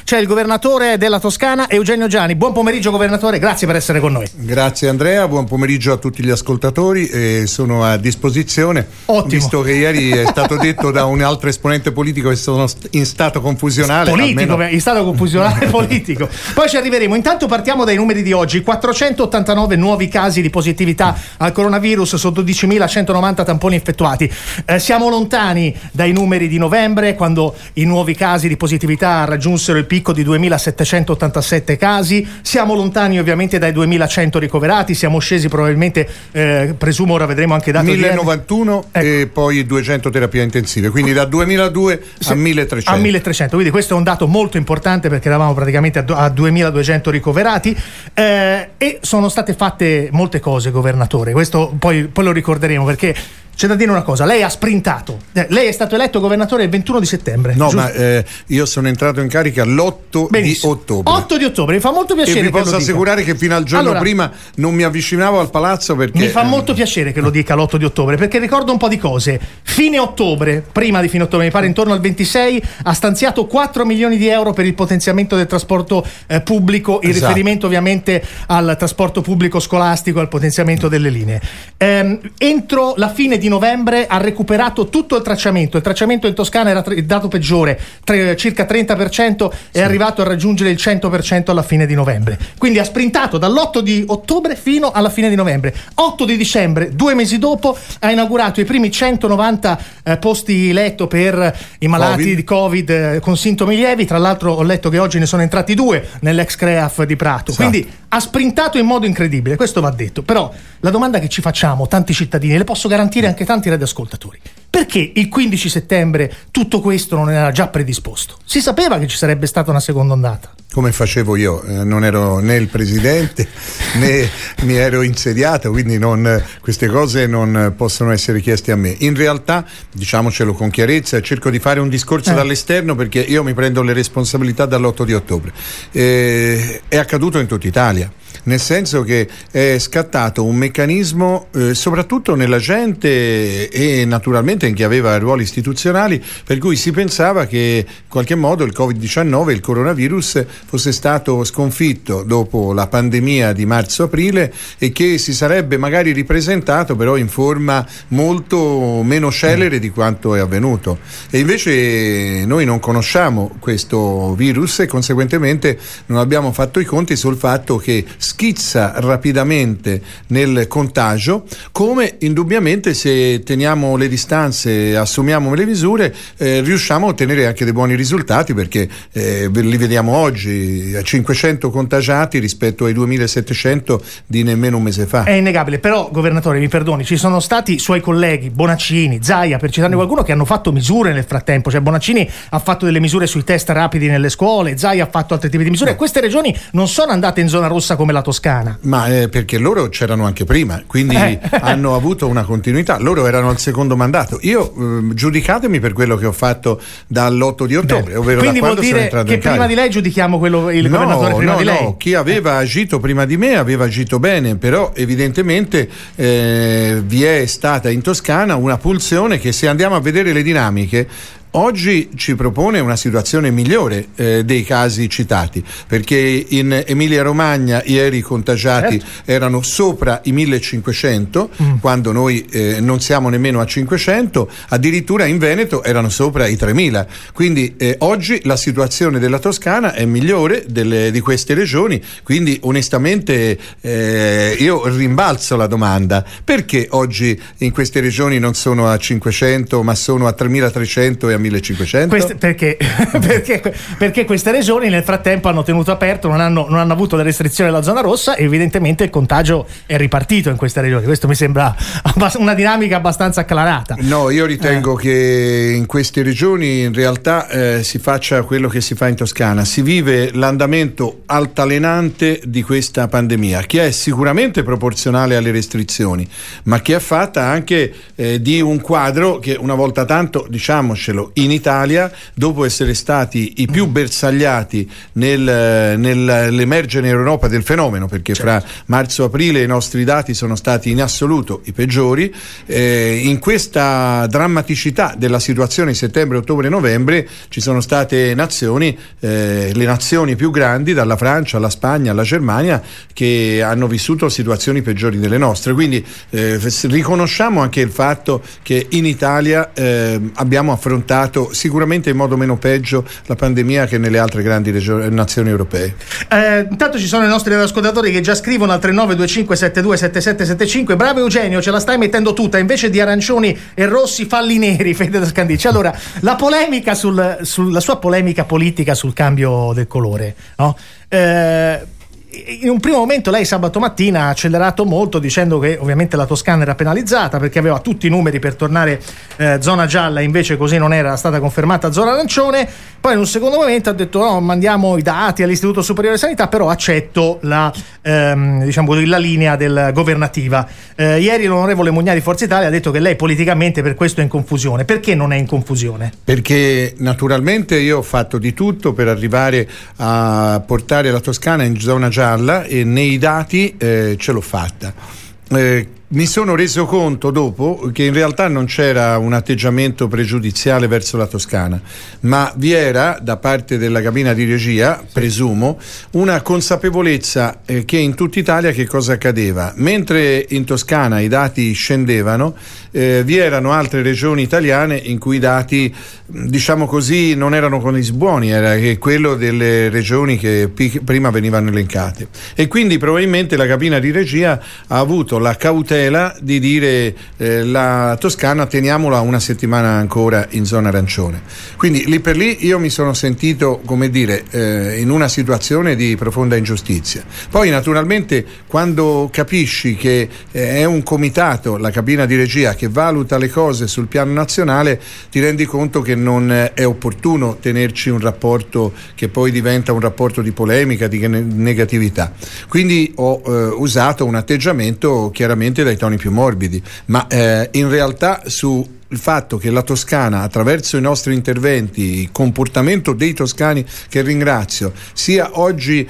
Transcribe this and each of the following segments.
c'è il governatore della Toscana, Eugenio Giani. Buon pomeriggio governatore, grazie per essere con noi. Grazie Andrea, buon pomeriggio a tutti gli ascoltatori, sono a disposizione. Ottimo. Visto che ieri è stato detto da un altro esponente politico che sono in stato confusionale. In stato confusionale politico. Poi ci arriveremo. Intanto partiamo dai numeri di oggi. 489 nuovi casi di positività al coronavirus su 12.190 tamponi effettuati. Siamo lontani dai numeri di novembre, quando i nuovi casi di positività raggiunsero il picco di 2.787 casi. Siamo lontani ovviamente dai 2.100 ricoverati. Siamo scesi probabilmente, presumo, ora vedremo anche dati 1091 e poi 200 terapie intensive, quindi da 2002 a 1.300. A 1.300, quindi questo è un dato molto importante, perché eravamo praticamente a 2.200 ricoverati, e sono state fatte molte cose, governatore, questo poi lo ricorderemo, perché c'è da dire una cosa: lei ha sprintato, lei è stato eletto governatore il 21 di settembre. No, giusto? Ma io sono entrato in carica l'8 di ottobre. 8 di ottobre, mi fa molto piacere. E vi posso assicurare che fino al giorno prima non mi avvicinavo al palazzo, perché mi fa molto piacere che lo dica l'8 di ottobre, perché ricordo un po' di cose. Fine ottobre, prima di fine ottobre, mi pare intorno al 26, ha stanziato 4 milioni di euro per il potenziamento del trasporto pubblico, in riferimento ovviamente al trasporto pubblico scolastico, al potenziamento delle linee. Entro la fine di novembre ha recuperato tutto il tracciamento in Toscana era il dato peggiore, circa 30%, è arrivato a raggiungere il 100% alla fine di novembre, quindi ha sprintato dall'8 di ottobre fino alla fine di novembre. 8 di dicembre, 2 mesi dopo, ha inaugurato i primi 190 posti letto per i malati di Covid con sintomi lievi. Tra l'altro ho letto che oggi ne sono entrati 2 nell'ex CREAF di Prato, quindi ha sprintato in modo incredibile, questo va detto. Però la domanda che ci facciamo tanti cittadini, le posso garantire anche tanti radioascoltatori: perché il 15 settembre tutto questo non era già predisposto? Si sapeva che ci sarebbe stata una seconda ondata. Come facevo io, non ero né il presidente né mi ero insediato, quindi queste cose non possono essere chieste a me. In realtà, diciamocelo con chiarezza, cerco di fare un discorso dall'esterno, perché io mi prendo le responsabilità dall'8 di ottobre. È accaduto in tutta Italia, nel senso che è scattato un meccanismo soprattutto nella gente e naturalmente in chi aveva ruoli istituzionali, per cui si pensava che in qualche modo il Covid-19, il coronavirus, fosse stato sconfitto dopo la pandemia di marzo-aprile e che si sarebbe magari ripresentato però in forma molto meno celere di quanto è avvenuto. E invece noi non conosciamo questo virus e conseguentemente non abbiamo fatto i conti sul fatto che schizza rapidamente nel contagio, come indubbiamente se teniamo le distanze, assumiamo le misure, riusciamo a ottenere anche dei buoni risultati, perché li vediamo oggi, a 500 contagiati rispetto ai 2.700 di nemmeno un mese fa. È innegabile, però governatore mi perdoni, ci sono stati suoi colleghi Bonaccini, Zaia, per citarne qualcuno, che hanno fatto misure nel frattempo. Cioè Bonaccini ha fatto delle misure sui test rapidi nelle scuole, Zaia ha fatto altri tipi di misure. Queste regioni non sono andate in zona rossa come la Toscana. Ma perché loro c'erano anche prima, quindi hanno avuto una continuità. Loro erano al secondo mandato. Io giudicatemi per quello che ho fatto dall'8 di ottobre, ovvero quindi da quando vuol dire che prima di lei giudichiamo il governatore prima di lei? No, chi aveva agito prima di me aveva agito bene, però evidentemente vi è stata in Toscana una pulsione che, se andiamo a vedere le dinamiche, oggi ci propone una situazione migliore dei casi citati, perché in Emilia-Romagna ieri i contagiati erano sopra i 1500, quando noi non siamo nemmeno a 500, addirittura in Veneto erano sopra i 3000. Quindi oggi la situazione della Toscana è migliore di queste regioni, quindi onestamente io rimbalzo la domanda: perché oggi in queste regioni non sono a 500 ma sono a 3300 e a 1500? Perché queste regioni nel frattempo hanno tenuto aperto, non hanno avuto le restrizioni della zona rossa, e evidentemente il contagio è ripartito in queste regioni. Questo mi sembra una dinamica abbastanza acclarata. No, io ritengo che in queste regioni in realtà si faccia quello che si fa in Toscana: si vive l'andamento altalenante di questa pandemia, che è sicuramente proporzionale alle restrizioni, ma che è fatta anche di un quadro che, una volta tanto, diciamocelo, in Italia, dopo essere stati i più bersagliati nell'emergere in Europa del fenomeno, perché fra marzo e aprile i nostri dati sono stati in assoluto i peggiori, in questa drammaticità della situazione in settembre, ottobre e novembre ci sono state nazioni, le nazioni più grandi, dalla Francia alla Spagna alla Germania, che hanno vissuto situazioni peggiori delle nostre. Quindi riconosciamo anche il fatto che in Italia abbiamo affrontato sicuramente in modo meno peggio la pandemia che nelle altre grandi nazioni europee. Intanto ci sono i nostri ascoltatori che già scrivono al 3925727775. Bravo Eugenio, ce la stai mettendo tutta, invece di arancioni e rossi falli neri, Fede da Scandicci. Allora, la polemica la sua polemica politica sul cambio del colore, no? In un primo momento lei sabato mattina ha accelerato molto dicendo che ovviamente la Toscana era penalizzata perché aveva tutti i numeri per tornare zona gialla, invece così non era stata confermata zona arancione. Poi in un secondo momento ha detto no, mandiamo i dati all'Istituto Superiore di Sanità, però accetto la linea governativa. Ieri l'onorevole Mugnai di Forza Italia ha detto che lei politicamente per questo è in confusione. Perché non è in confusione? Perché naturalmente io ho fatto di tutto per arrivare a portare la Toscana in zona gialla e nei dati ce l'ho fatta. Mi sono reso conto dopo che in realtà non c'era un atteggiamento pregiudiziale verso la Toscana, ma vi era da parte della cabina di regia, presumo, una consapevolezza che in tutta Italia che cosa accadeva. Mentre in Toscana i dati scendevano, vi erano altre regioni italiane in cui i dati, diciamo così, non erano con i buoni, era che quello delle regioni che prima venivano elencate. E quindi probabilmente la cabina di regia ha avuto la cautela di dire la Toscana teniamola una settimana ancora in zona arancione. Quindi lì per lì io mi sono sentito, come dire, in una situazione di profonda ingiustizia. Poi naturalmente quando capisci che è un comitato, la cabina di regia, che valuta le cose sul piano nazionale, ti rendi conto che non è opportuno tenerci un rapporto che poi diventa un rapporto di polemica, di negatività. Quindi ho usato un atteggiamento chiaramente dai toni più morbidi, ma in realtà su il fatto che la Toscana, attraverso i nostri interventi, il comportamento dei toscani, che ringrazio, sia oggi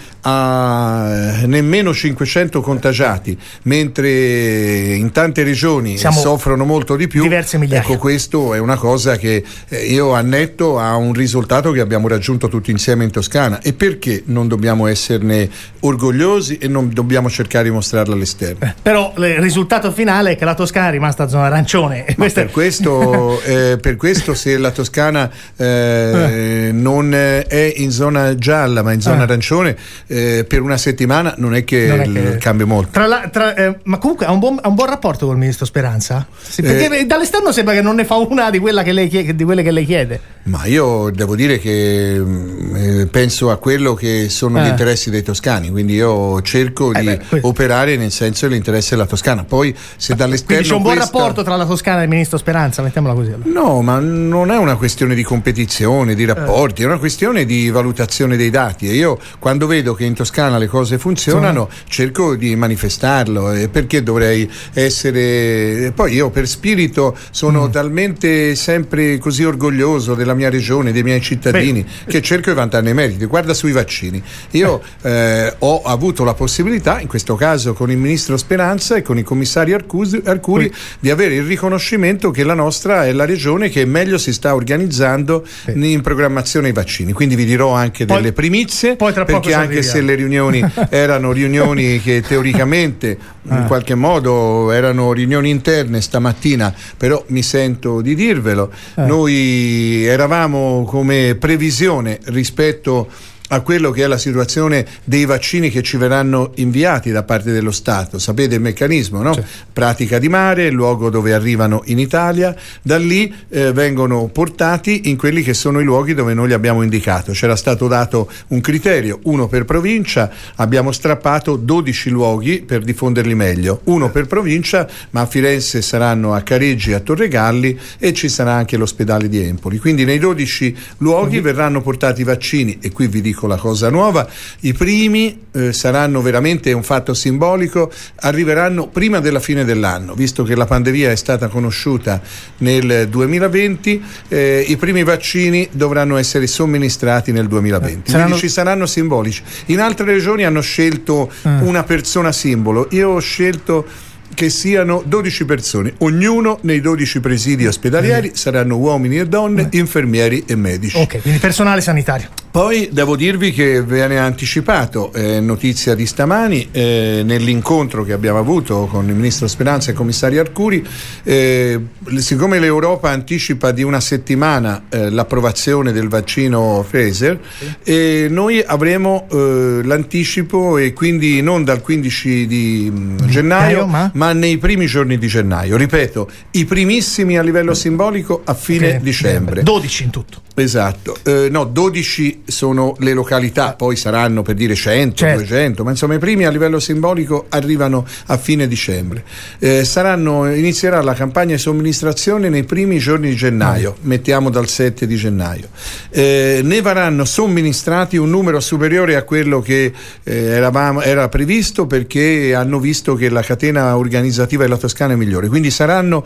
a nemmeno 500 contagiati, mentre in tante regioni soffrono molto di più, diverse migliaia. Ecco, questo è una cosa che io annetto a un risultato che abbiamo raggiunto tutti insieme in Toscana. E perché non dobbiamo esserne orgogliosi e non dobbiamo cercare di mostrarlo all'esterno? Però il risultato finale è che la Toscana è rimasta zona arancione. Per questo se la Toscana non è in zona gialla ma in zona arancione per una settimana non è che cambia molto. Ma comunque ha un buon rapporto col ministro Speranza? Sì, perché dall'esterno sembra che non ne fa una di quelle che lei chiede. Ma io devo dire che penso a quello che sono gli interessi dei toscani, quindi io cerco di operare nel senso dell'interesse della Toscana. Poi se dall'esterno quindi c'è un buon rapporto tra la Toscana e il ministro Speranza, mettiamola così. Allora. No, ma non è una questione di competizione, di rapporti, è una questione di valutazione dei dati, e io quando vedo che in Toscana le cose funzionano cerco di manifestarlo, perché dovrei essere... Poi io per spirito sono talmente sempre così orgoglioso della mia regione, dei miei cittadini, che cerco di vantarne i meriti. Guarda sui vaccini, io ho avuto la possibilità, in questo caso con il ministro Speranza e con i commissari Arcuri, di avere il riconoscimento che la nostra è la regione che meglio si sta organizzando in programmazione ai vaccini. Quindi vi dirò anche delle primizie, perché anche se le riunioni erano riunioni che teoricamente in qualche modo erano riunioni interne stamattina, però mi sento di dirvelo, noi eravamo come previsione rispetto a quello che è la situazione dei vaccini che ci verranno inviati da parte dello Stato. Sapete il meccanismo, no? Pratica di mare, il luogo dove arrivano in Italia, da lì vengono portati in quelli che sono i luoghi dove noi li abbiamo indicato. C'era stato dato un criterio, uno per provincia, abbiamo strappato 12 luoghi per diffonderli meglio, uno per provincia, ma a Firenze saranno a Careggi e a Torregalli e ci sarà anche l'ospedale di Empoli. Quindi nei 12 luoghi verranno portati i vaccini, e qui vi dico dico la cosa nuova, i primi saranno veramente un fatto simbolico, arriveranno prima della fine dell'anno, visto che la pandemia è stata conosciuta nel 2020, i primi vaccini dovranno essere somministrati nel 2020, quindi ci saranno simbolici. In altre regioni hanno scelto una persona simbolo, io ho scelto che siano 12 persone, ognuno nei 12 presidi ospedalieri saranno uomini e donne, infermieri e medici. Ok, quindi personale sanitario. Poi devo dirvi che viene anticipato, notizia di stamani, nell'incontro che abbiamo avuto con il Ministro Speranza e il Commissario Arcuri, siccome l'Europa anticipa di una settimana l'approvazione del vaccino Pfizer, noi avremo l'anticipo, e quindi non dal 15 di gennaio, ma nei primi giorni di gennaio. Ripeto, i primissimi a livello simbolico a fine dicembre. 12 in tutto. Esatto, no, 12 sono le località, poi saranno per dire 100, 200, ma insomma i primi a livello simbolico arrivano a fine dicembre. Inizierà la campagna di somministrazione nei primi giorni di gennaio, mettiamo dal 7 di gennaio. Ne verranno somministrati un numero superiore a quello che era previsto, perché hanno visto che la catena organizzativa della Toscana è migliore, quindi saranno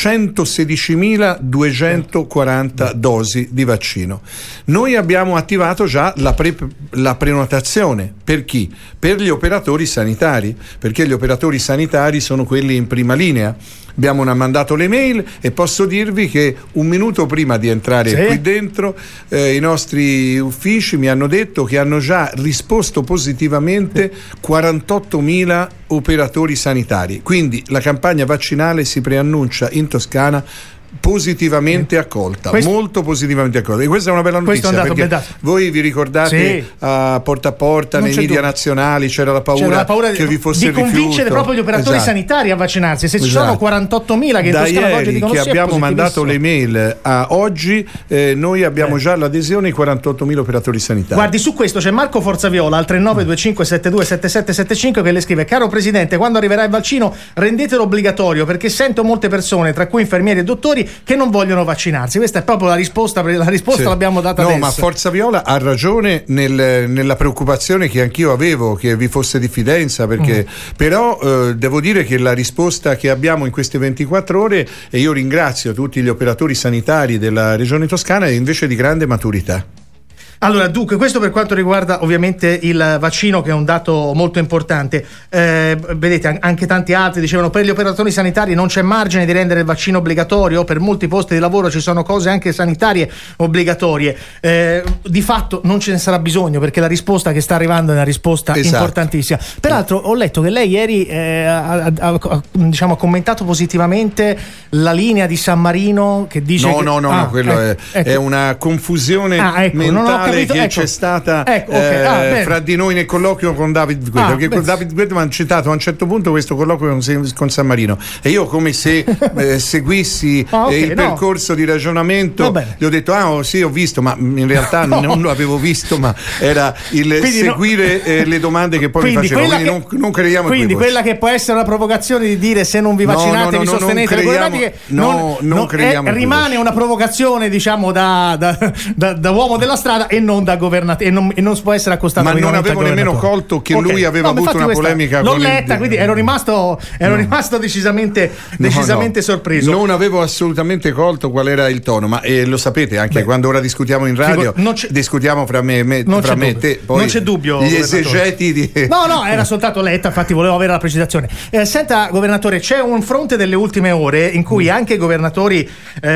116.240 dosi di vaccino. Noi abbiamo attivato già la prenotazione. Per chi? Per gli operatori sanitari, perché gli operatori sanitari sono quelli in prima linea. Abbiamo mandato le mail e posso dirvi che un minuto prima di entrare qui dentro i nostri uffici mi hanno detto che hanno già risposto positivamente 48.000 operatori sanitari, quindi la campagna vaccinale si preannuncia in Toscana positivamente accolta, molto positivamente accolta, e questa è una bella notizia, perché voi vi ricordate a porta nei media nazionali c'era la paura che vi fosse di convincere proprio gli operatori sanitari a vaccinarsi. Se ci sono 48.000 che da in Toscana oggi dicono che abbiamo mandato le mail a oggi, noi abbiamo già l'adesione ai 48.000 operatori sanitari. Guardi, su questo c'è Marco Forzaviola al 3925727775 che le scrive: caro Presidente, quando arriverà il vaccino rendetelo obbligatorio, perché sento molte persone, tra cui infermieri e dottori, che non vogliono vaccinarsi. Questa è proprio la risposta l'abbiamo data adesso. No, ma Forzaviola ha ragione nella preoccupazione che anch'io avevo, che vi fosse diffidenza, perché però devo dire che la risposta che abbiamo in queste 24 ore, e io ringrazio tutti gli operatori sanitari della Regione Toscana, è invece di grande maturità. Allora, dunque, questo per quanto riguarda ovviamente il vaccino, che è un dato molto importante. Vedete, anche tanti altri dicevano: per gli operatori sanitari non c'è margine di rendere il vaccino obbligatorio, per molti posti di lavoro ci sono cose anche sanitarie obbligatorie. Di fatto non ce ne sarà bisogno, perché la risposta che sta arrivando è una risposta importantissima. Peraltro ho letto che lei ieri ha commentato positivamente la linea di San Marino, che dice no, quello è una confusione mentale c'è stata fra di noi nel colloquio con David Guetta, perché David Guetta mi ha citato a un certo punto questo colloquio con San Marino, e io, come se seguissi percorso di ragionamento, gli ho detto sì, ho visto, ma in realtà non lo avevo visto, ma era il seguire le domande che poi mi facevano, quindi non creiamo quindi quella che può essere una provocazione di dire: se non vi vaccinate vi sostenete le problematiche, non creiamo rimane una provocazione, diciamo, da uomo della strada, e non da governatore, e non può essere accostato. Ma non avevo nemmeno colto che lui aveva avuto una polemica con letta, quindi ero rimasto decisamente sorpreso. Non avevo assolutamente colto qual era il tono, ma lo sapete anche quando ora discutiamo in radio, discutiamo fra me e te, poi non c'è dubbio, gli esegeti di no, era soltanto letta, infatti volevo avere la precisazione. Senta, governatore, c'è un fronte delle ultime ore in cui anche i governatori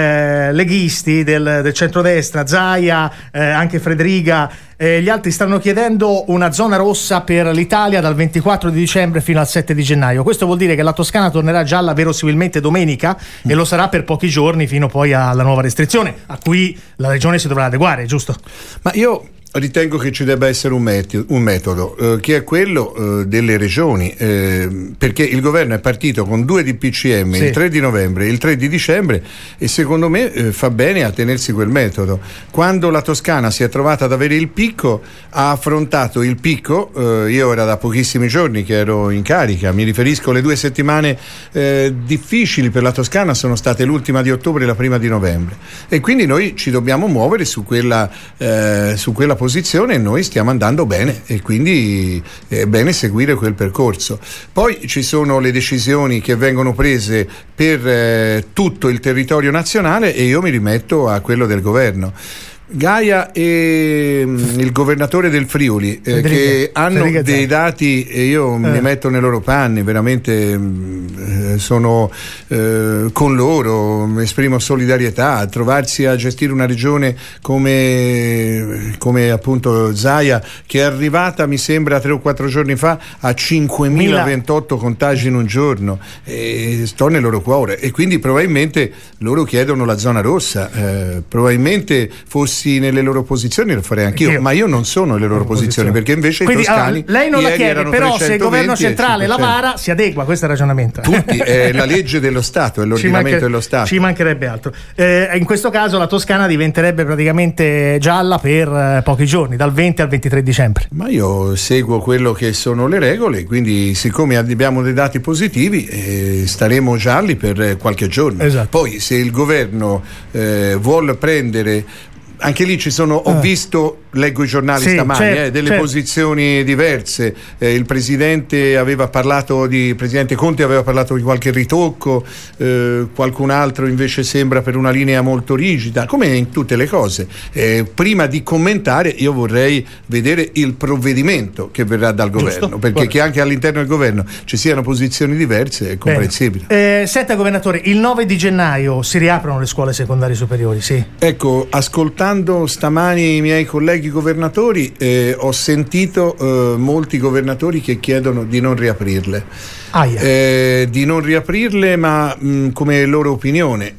leghisti del centrodestra, Zaia, anche Frederica, gli altri stanno chiedendo una zona rossa per l'Italia dal 24 di dicembre fino al 7 di gennaio. Questo vuol dire che la Toscana tornerà gialla verosimilmente domenica, e lo sarà per pochi giorni, fino poi alla nuova restrizione a cui la regione si dovrà adeguare, giusto? Ma io ritengo che ci debba essere un metodo che è quello delle regioni, perché il governo è partito con 2 DPCM, il 3 di novembre e il 3 di dicembre, e secondo me fa bene a tenersi quel metodo. Quando la Toscana si è trovata ad avere il picco, ha affrontato il picco, io era da pochissimi giorni che ero in carica, mi riferisco alle 2 settimane difficili per la Toscana, sono state l'ultima di ottobre e la prima di novembre, e quindi noi ci dobbiamo muovere su quella posizione posizione e noi stiamo andando bene e quindi è bene seguire quel percorso. Poi ci sono le decisioni che vengono prese per tutto il territorio nazionale e io mi rimetto a quello del governo. Gaia e il governatore del Friuli che hanno dei dati e io mi metto nei loro panni, veramente sono con loro, esprimo solidarietà. Trovarsi a gestire una regione come appunto Zaia, che è arrivata mi sembra 3 o 4 giorni fa a 5.028 contagi in un giorno, e sto nel loro cuore e quindi probabilmente loro chiedono la zona rossa, probabilmente fossi nelle loro posizioni lo farei anch'io, ma io non sono nelle loro posizioni, perché invece quindi, i toscani lei non la chiede, però se il governo centrale la vara si adegua, questo è il ragionamento. Tutti, è la legge dello Stato, è l'ordinamento dello Stato. Ci mancherebbe altro. In questo caso la Toscana diventerebbe praticamente gialla per pochi giorni, dal 20 al 23 dicembre. Ma io seguo quello che sono le regole, quindi siccome abbiamo dei dati positivi staremo gialli per qualche giorno. Esatto. Poi se il governo vuole prendere, anche lì ci sono, ho visto, leggo i giornali stamani, delle posizioni diverse. Il presidente Conte aveva parlato di qualche ritocco, qualcun altro invece sembra per una linea molto rigida, come in tutte le cose. Prima di commentare io vorrei vedere il provvedimento che verrà dal governo, perché che anche all'interno del governo ci siano posizioni diverse è comprensibile. Senta governatore, il 9 di gennaio si riaprono le scuole secondarie superiori, sì? Ecco, ascoltando stamani i miei colleghi governatori ho sentito molti governatori che chiedono di non riaprirle. Di non riaprirle, ma come loro opinione,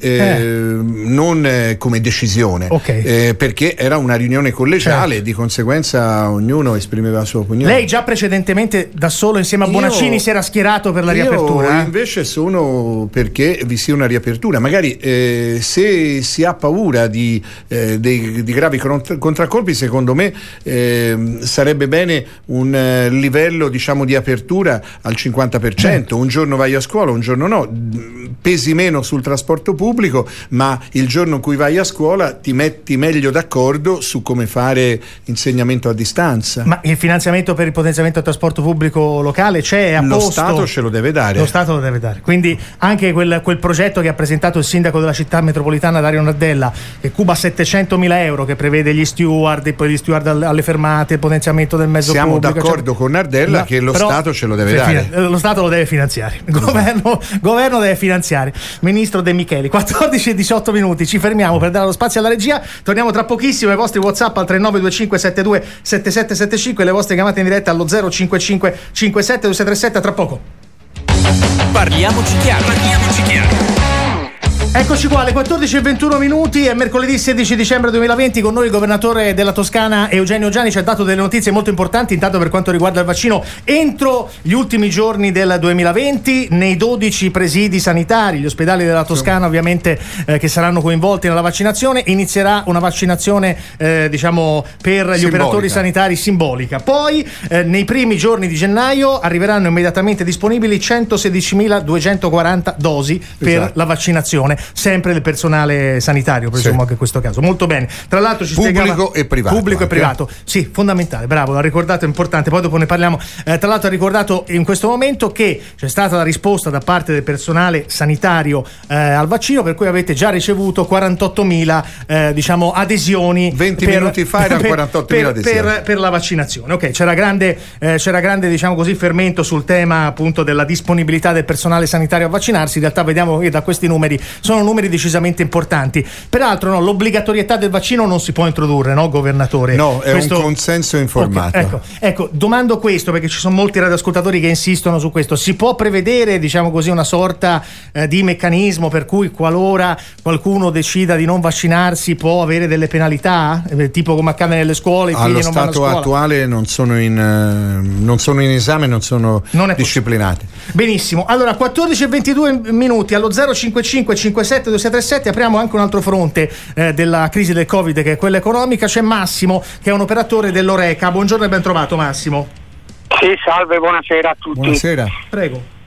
non come decisione, perché era una riunione collegiale e di conseguenza ognuno esprimeva la sua opinione. Lei già precedentemente da solo insieme a Bonaccini si era schierato per la riapertura? Io invece sono perché vi sia una riapertura, magari se si ha paura di gravi contraccolpi, secondo me sarebbe bene un livello, diciamo, di apertura al 50%. Un giorno vai a scuola, un giorno no, pesi meno sul trasporto pubblico, ma il giorno in cui vai a scuola ti metti meglio d'accordo su come fare insegnamento a distanza. Ma il finanziamento per il potenziamento del trasporto pubblico locale c'è a posto? Lo Stato ce lo deve dare. Lo Stato lo deve dare. Quindi anche quel progetto che ha presentato il sindaco della città metropolitana Dario Nardella, che cuba 700.000 euro, che prevede gli steward e poi gli steward alle fermate, il potenziamento del mezzo pubblico. Siamo d'accordo con Nardella che lo Stato ce lo deve dare. Lo Stato lo deve finanziare, il governo deve finanziare. Ministro De Micheli. 14 e 18 minuti, ci fermiamo per dare lo spazio alla regia, torniamo tra pochissimo. I vostri WhatsApp al 3925 72 7775 e le vostre chiamate in diretta allo 055 57 237. Tra poco parliamoci chiaro. Eccoci qua alle 14 e 21 minuti, è mercoledì 16 dicembre 2020, con noi il governatore della Toscana Eugenio Giani ci ha dato delle notizie molto importanti. Intanto per quanto riguarda il vaccino, entro gli ultimi giorni del 2020 nei 12 presidi sanitari, gli ospedali della Toscana ovviamente che saranno coinvolti nella vaccinazione, inizierà una vaccinazione diciamo per gli operatori sanitari simbolica. Poi nei primi giorni di gennaio arriveranno immediatamente disponibili 116.240 dosi per la vaccinazione, sempre del personale sanitario, presumo anche in questo caso. Molto bene. Tra l'altro ci pubblico e privato. Pubblico e privato. Sì, fondamentale, bravo, l'ha ricordato, è importante, poi dopo ne parliamo. Tra l'altro ha ricordato in questo momento che c'è stata la risposta da parte del personale sanitario al vaccino, per cui avete già ricevuto 48.000 diciamo adesioni. 20 minuti fa erano 48.000 adesioni per la vaccinazione. Ok, c'era grande diciamo così fermento sul tema appunto della disponibilità del personale sanitario a vaccinarsi. In realtà vediamo che da questi numeri sono numeri decisamente importanti. Peraltro l'obbligatorietà del vaccino non si può introdurre, no governatore? No, è un consenso informato. Ecco, domando questo perché ci sono molti radioascoltatori che insistono su questo. Si può prevedere, diciamo così, una sorta di meccanismo per cui qualora qualcuno decida di non vaccinarsi può avere delle penalità? Tipo come accade nelle scuole? Allo stato attuale non sono in esame, non sono disciplinati. Benissimo, allora 14 e 22 minuti allo 055 57 2637 apriamo anche un altro fronte della crisi del Covid, che è quella economica. C'è Massimo che è un operatore dell'Oreca. Buongiorno e ben trovato Massimo. Sì, salve, buonasera a tutti. Buonasera. Prego.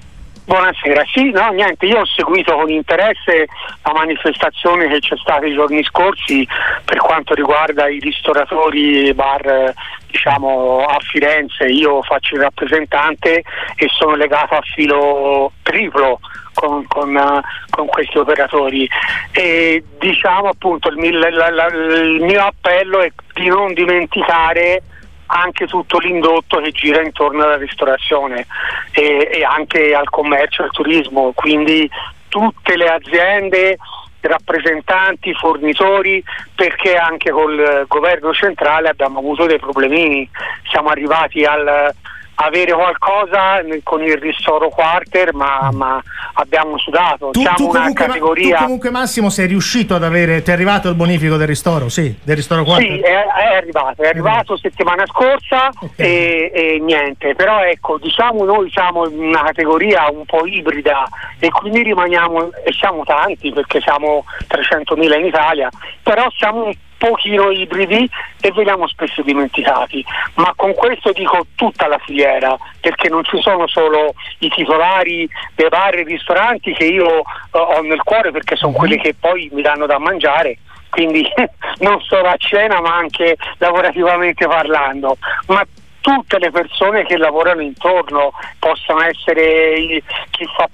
Buonasera, sì, no, niente, io ho seguito con interesse la manifestazione che c'è stata i giorni scorsi per quanto riguarda i ristoratori e bar, diciamo, a Firenze. Io faccio il rappresentante e sono legato a filo triplo con questi operatori, e diciamo appunto il mio appello è di non dimenticare anche tutto l'indotto che gira intorno alla ristorazione e anche al commercio e al turismo, quindi tutte le aziende, rappresentanti, fornitori, perché anche col governo centrale abbiamo avuto dei problemini, siamo arrivati al avere qualcosa con il ristoro quarter, ma abbiamo sudato. Siamo una categoria. Tu comunque Massimo sei riuscito ad avere, ti è arrivato il bonifico del ristoro? Sì, del ristoro quarter? Sì, è arrivato settimana scorsa, okay. e niente, però ecco, diciamo noi siamo una categoria un po' ibrida e quindi rimaniamo, e siamo tanti perché siamo 300.000 in Italia, però siamo un pochino ibridi e veniamo spesso dimenticati, ma con questo dico tutta la filiera, perché non ci sono solo i titolari dei bar e ristoranti che io ho nel cuore, perché sono quelli che poi mi danno da mangiare, quindi non solo a cena ma anche lavorativamente parlando, ma tutte le persone che lavorano intorno, possono essere chi fa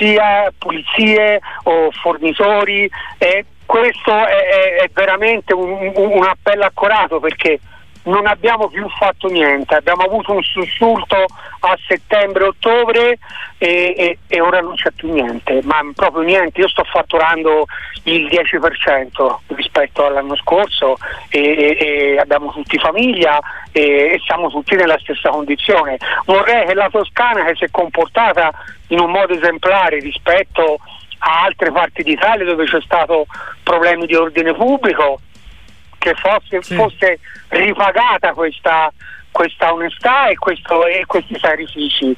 pulizie o fornitori, questo è veramente un appello accorato, perché non abbiamo più fatto niente, abbiamo avuto un sussulto a settembre-ottobre e ora non c'è più niente, ma proprio niente. Io sto fatturando il 10% rispetto all'anno scorso e abbiamo tutti famiglia e siamo tutti nella stessa condizione. Vorrei che la Toscana, che si è comportata in un modo esemplare rispetto a altre parti d'Italia dove c'è stato problemi di ordine pubblico, che fosse ripagata questa onestà e questi sacrifici,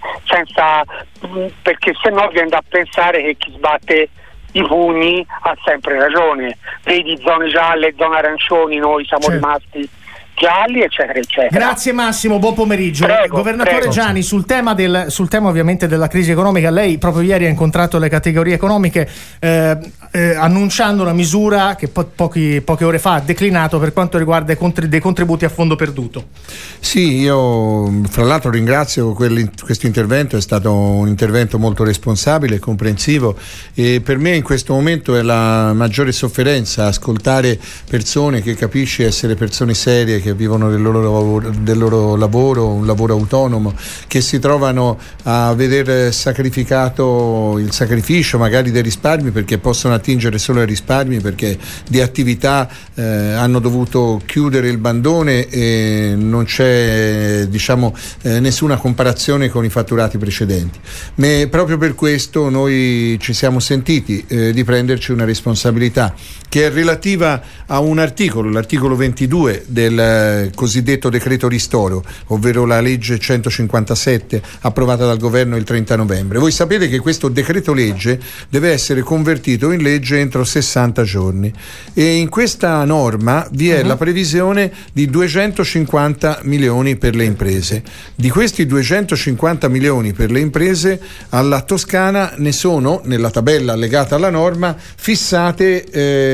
perché se no viene da pensare che chi sbatte i pugni ha sempre ragione. Vedi zone gialle, zone arancioni, noi siamo rimasti gialli, eccetera eccetera. Grazie Massimo, buon pomeriggio. Governatore Giani, sul tema ovviamente della crisi economica, lei proprio ieri ha incontrato le categorie economiche annunciando una misura che poche ore fa ha declinato per quanto riguarda dei contributi a fondo perduto. Sì, io fra l'altro ringrazio questo intervento, è stato un intervento molto responsabile e comprensivo, e per me in questo momento è la maggiore sofferenza ascoltare persone che capisci essere persone serie, che vivono del loro lavoro, un lavoro autonomo, che si trovano a veder sacrificato il sacrificio magari dei risparmi, perché possono attingere solo ai risparmi, perché di attività hanno dovuto chiudere il bandone e non c'è nessuna comparazione con i fatturati precedenti. Ma proprio per questo noi ci siamo sentiti di prenderci una responsabilità che è relativa a un articolo, l'articolo 22 del cosiddetto decreto ristoro, ovvero la legge 157 approvata dal governo il 30 novembre. Voi sapete che questo decreto legge deve essere convertito in legge entro 60 giorni e in questa norma vi è la previsione di 250 milioni per le imprese. Di questi 250 milioni per le imprese, alla Toscana ne sono, nella tabella allegata alla norma, fissate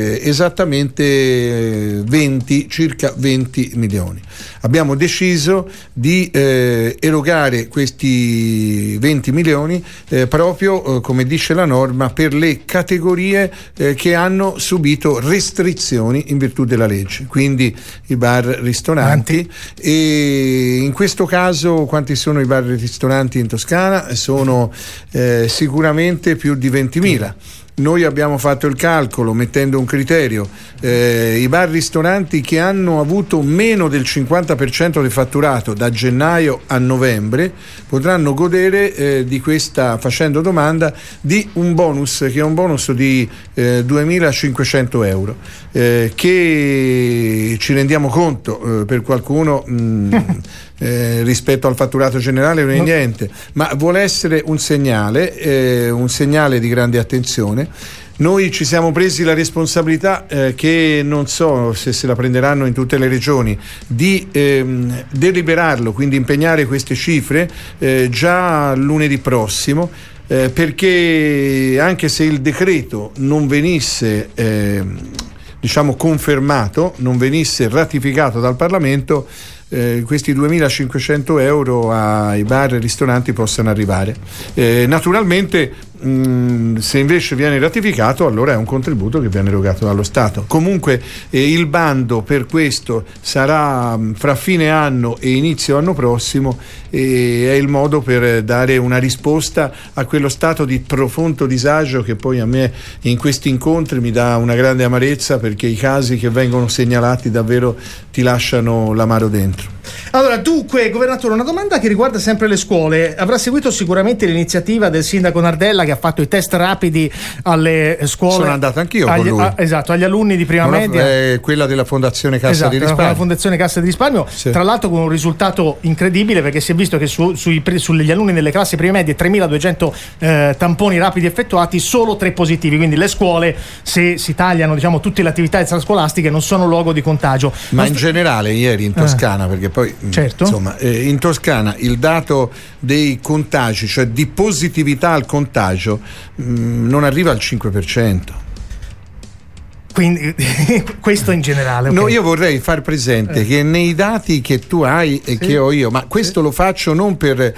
esattamente circa 20 milioni. Abbiamo deciso di erogare questi 20 milioni proprio, come dice la norma, per le categorie che hanno subito restrizioni in virtù della legge, quindi i bar ristoranti. E in questo caso quanti sono i bar ristoranti in Toscana? Sono sicuramente più di 20.000. Noi abbiamo fatto il calcolo mettendo un criterio: i bar ristoranti che hanno avuto meno del 50% del fatturato da gennaio a novembre potranno godere di questa, facendo domanda, di un bonus che è un bonus di 2.500 euro, che ci rendiamo conto per qualcuno rispetto al fatturato generale non è niente, ma vuole essere un segnale di grande attenzione. Noi ci siamo presi la responsabilità, che non so se la prenderanno in tutte le regioni, di deliberarlo, quindi impegnare queste cifre già lunedì prossimo. perché anche se il decreto non venisse confermato, non venisse ratificato dal Parlamento, questi 2.500 euro ai bar e ristoranti possano arrivare. Naturalmente se invece viene ratificato, allora è un contributo che viene erogato dallo Stato. Comunque il bando per questo sarà fra fine anno e inizio anno prossimo, e è il modo per dare una risposta a quello stato di profondo disagio che poi a me in questi incontri mi dà una grande amarezza, perché i casi che vengono segnalati davvero ti lasciano l'amaro dentro. Allora, dunque, governatore, una domanda che riguarda sempre le scuole. Avrà seguito sicuramente l'iniziativa del sindaco Nardella, che ha fatto i test rapidi alle scuole. Sono andato anch'io con lui. Esatto, agli alunni di prima media. Quella della Fondazione Cassa di Risparmio. La Fondazione Cassa di Risparmio, sì. Tra l'altro con un risultato incredibile, perché si è visto che sugli alunni nelle classi prime medie 3.200 tamponi rapidi effettuati, solo 3 positivi. Quindi le scuole, se si tagliano tutte le attività extrascolastiche, non sono luogo di contagio. Ma in generale ieri in Toscana, perché poi certo. Insomma, in Toscana il dato dei contagi, cioè di positività al contagio, non arriva al 5%. Quindi questo in generale. Okay. No, io vorrei far presente che nei dati che tu hai e che ho io, ma questo lo faccio non per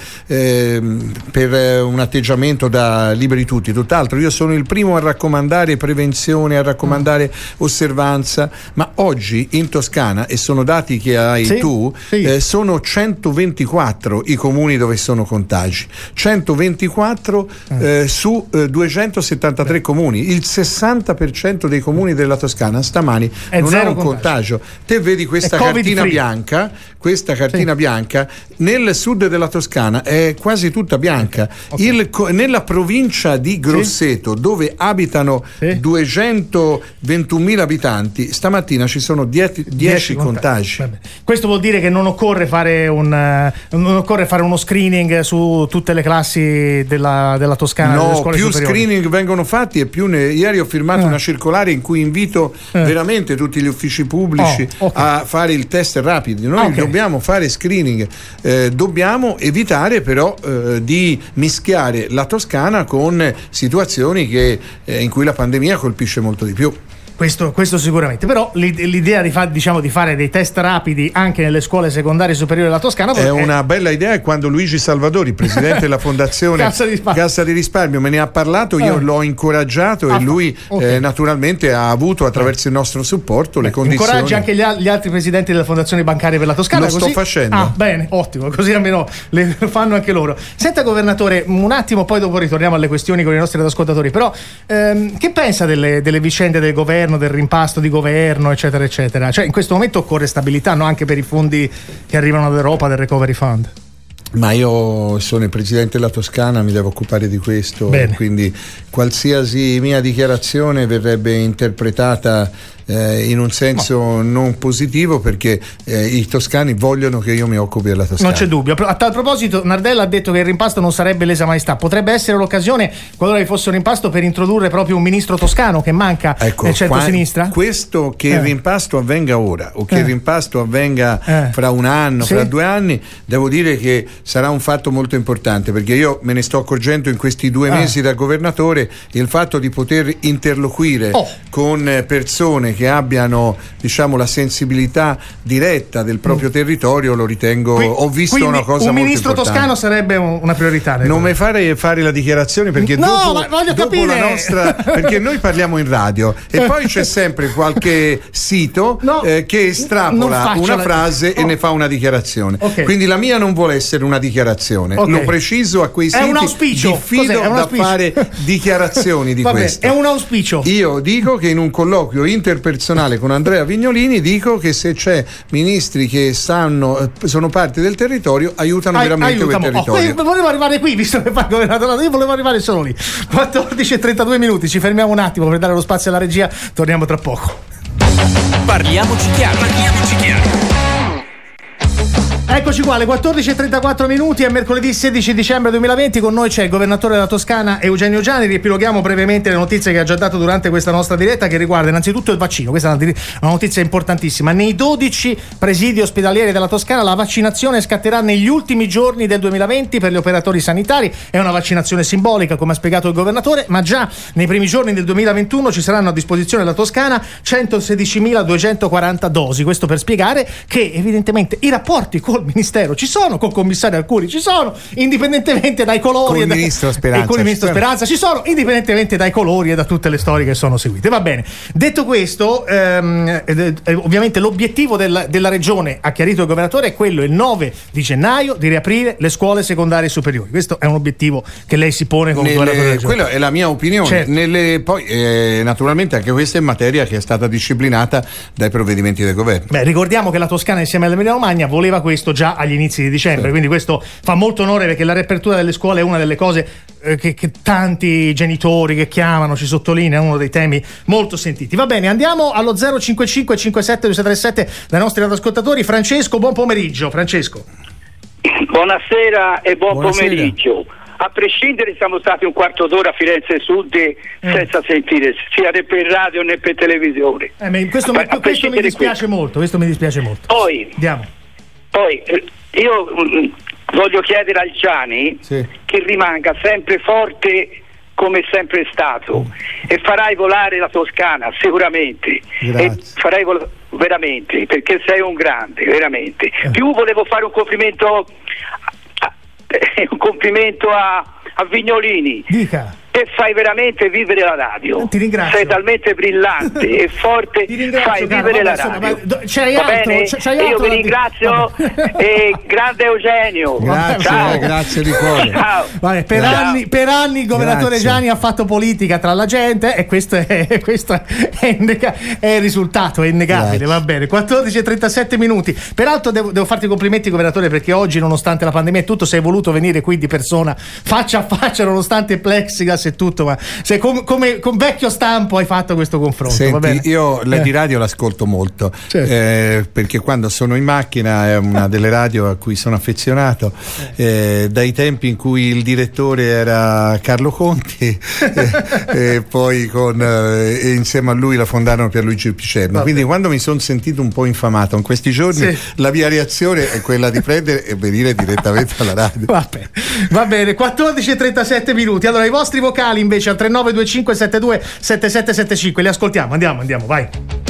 un atteggiamento da liberi tutti, tutt'altro, io sono il primo a raccomandare prevenzione, a raccomandare osservanza, ma oggi in Toscana, e sono dati che hai tu, sono 124 i comuni dove sono contagi, 124 su 273 comuni, il 60% dei comuni della Toscana stamani è non ha un contagio. Te vedi questa cartina bianca, bianca nel sud della Toscana è quasi tutta bianca. Okay. Nella provincia di Grosseto, dove abitano 221.000 abitanti, stamattina ci sono 10 contagi. Vabbè. Questo vuol dire che non occorre fare uno screening su tutte le classi della Toscana. No, più superiori. Screening vengono fatti e più ieri ho firmato una circolare in cui invito veramente tutti gli uffici pubblici a fare il test rapido. Noi dobbiamo fare screening, dobbiamo evitare però di mischiare la Toscana con situazioni in cui la pandemia colpisce molto di più. Questo sicuramente, però l'idea di fare dei test rapidi anche nelle scuole secondarie superiori della Toscana è una bella idea, e quando Luigi Salvadori, presidente della Fondazione Cassa di Risparmio, me ne ha parlato, io l'ho incoraggiato e lui naturalmente ha avuto attraverso il nostro supporto le condizioni. Incoraggi anche gli altri presidenti delle fondazioni bancarie per la Toscana? Lo sto facendo. Bene, ottimo, così almeno le fanno anche loro. Senta, governatore, un attimo, poi dopo ritorniamo alle questioni con i nostri ascoltatori, però che pensa delle vicende del governo, del rimpasto di governo, eccetera eccetera? Cioè, in questo momento occorre stabilità, no? Anche per i fondi che arrivano dall'Europa, del Recovery Fund. Ma io sono il presidente della Toscana, mi devo occupare di questo. Bene. Quindi qualsiasi mia dichiarazione verrebbe interpretata in un senso non positivo, perché i toscani vogliono che io mi occupi della Toscana. Non c'è dubbio. A tal proposito, Nardella ha detto che il rimpasto non sarebbe lesa maestà. Potrebbe essere l'occasione, qualora vi fosse un rimpasto, per introdurre proprio un ministro toscano che manca nel centro-sinistra? Questo che il rimpasto avvenga ora o che il rimpasto avvenga fra un anno, fra 2 anni, devo dire che sarà un fatto molto importante, perché io me ne sto accorgendo in questi 2 mesi da governatore, il fatto di poter interloquire con persone che abbiano la sensibilità diretta del proprio territorio, lo ritengo, ho visto una cosa molto importante. Un ministro toscano sarebbe una priorità. Non mi fare la dichiarazione, perché dopo la nostra, perché noi parliamo in radio e poi c'è sempre qualche sito che estrapola una frase e ne fa una dichiarazione. Quindi la mia non vuole essere una dichiarazione, lo preciso a quei siti. È un auspicio. Diffido da fare dichiarazioni di questo. È un auspicio. Io dico che in un colloquio interpersonale con Andrea Vignolini dico che se c'è ministri che sono parte del territorio, aiutano veramente quel territorio. Volevo arrivare qui, visto che fa il governatore, io volevo arrivare solo lì. 14:32, ci fermiamo un attimo per dare lo spazio alla regia, torniamo tra poco. Parliamoci chiaro. Eccoci qua, alle 14:34 minuti, è mercoledì 16 dicembre 2020, con noi c'è il governatore della Toscana Eugenio Giani. Riepiloghiamo brevemente le notizie che ha già dato durante questa nostra diretta, che riguarda innanzitutto il vaccino. Questa è una notizia importantissima. Nei 12 presidi ospedalieri della Toscana la vaccinazione scatterà negli ultimi giorni del 2020 per gli operatori sanitari. È una vaccinazione simbolica, come ha spiegato il governatore, ma già nei primi giorni del 2021 ci saranno a disposizione della Toscana 116.240 dosi. Questo per spiegare che evidentemente i rapporti col Ministero ci sono, col commissario Arcuri ci sono, indipendentemente dai colori, con il ministro Speranza, e con il ministro Speranza ci sono, indipendentemente dai colori e da tutte le storie che sono seguite. Va bene, detto questo, ovviamente l'obiettivo della regione, ha chiarito il governatore, è quello il 9 di gennaio di riaprire le scuole secondarie superiori. Questo è un obiettivo che lei si pone come governatore della regione. Quella è la mia opinione. Certo. Poi naturalmente anche questa è materia che è stata disciplinata dai provvedimenti del governo. Beh, ricordiamo che la Toscana insieme all'Emilia Romagna voleva questo già agli inizi di dicembre, quindi questo fa molto onore, perché la riapertura delle scuole è una delle cose che tanti genitori che chiamano, ci sottolinea, è uno dei temi molto sentiti. Va bene, andiamo allo 055 57 237 dai nostri ascoltatori. Francesco, buon pomeriggio. Francesco. Buonasera e buon pomeriggio. A prescindere, siamo stati un quarto d'ora a Firenze Sud senza sentire sia né per radio né per televisione. Questo mi dispiace molto. Poi io voglio chiedere al Giani che rimanga sempre forte come è sempre stato, e farai volare la Toscana sicuramente. Grazie. E farai veramente, perché sei un grande, veramente. Più volevo fare un complimento a Vignolini. Dica. E fai veramente vivere la radio. Ti ringrazio. Sei talmente brillante e forte, fai vivere la radio. Va bene? Io vi ringrazio e grande Eugenio. Grazie di cuore. Ciao. Vale, per anni il governatore Giani ha fatto politica tra la gente, e questo è il risultato, è innegabile. Grazie. Va bene, 14:37 minuti. Peraltro devo farti i complimenti, governatore, perché oggi, nonostante la pandemia e tutto, sei voluto venire qui di persona, faccia a faccia, nonostante il plexiglass e tutto, ma sei come con vecchio stampo hai fatto questo confronto. Senti, va bene? io la di radio l'ascolto molto, certo. Perché quando sono in macchina è una delle radio a cui sono affezionato, dai tempi in cui il direttore era Carlo Conti e poi insieme a lui la fondarono Pierluigi Picerno. Quindi quando mi sono sentito un po' infamato in questi giorni, la mia reazione è quella di prendere e venire direttamente alla radio. Va bene, 14:37 minuti. Allora, i vostri vocali invece al 3925 72 7775 li ascoltiamo. Andiamo, vai.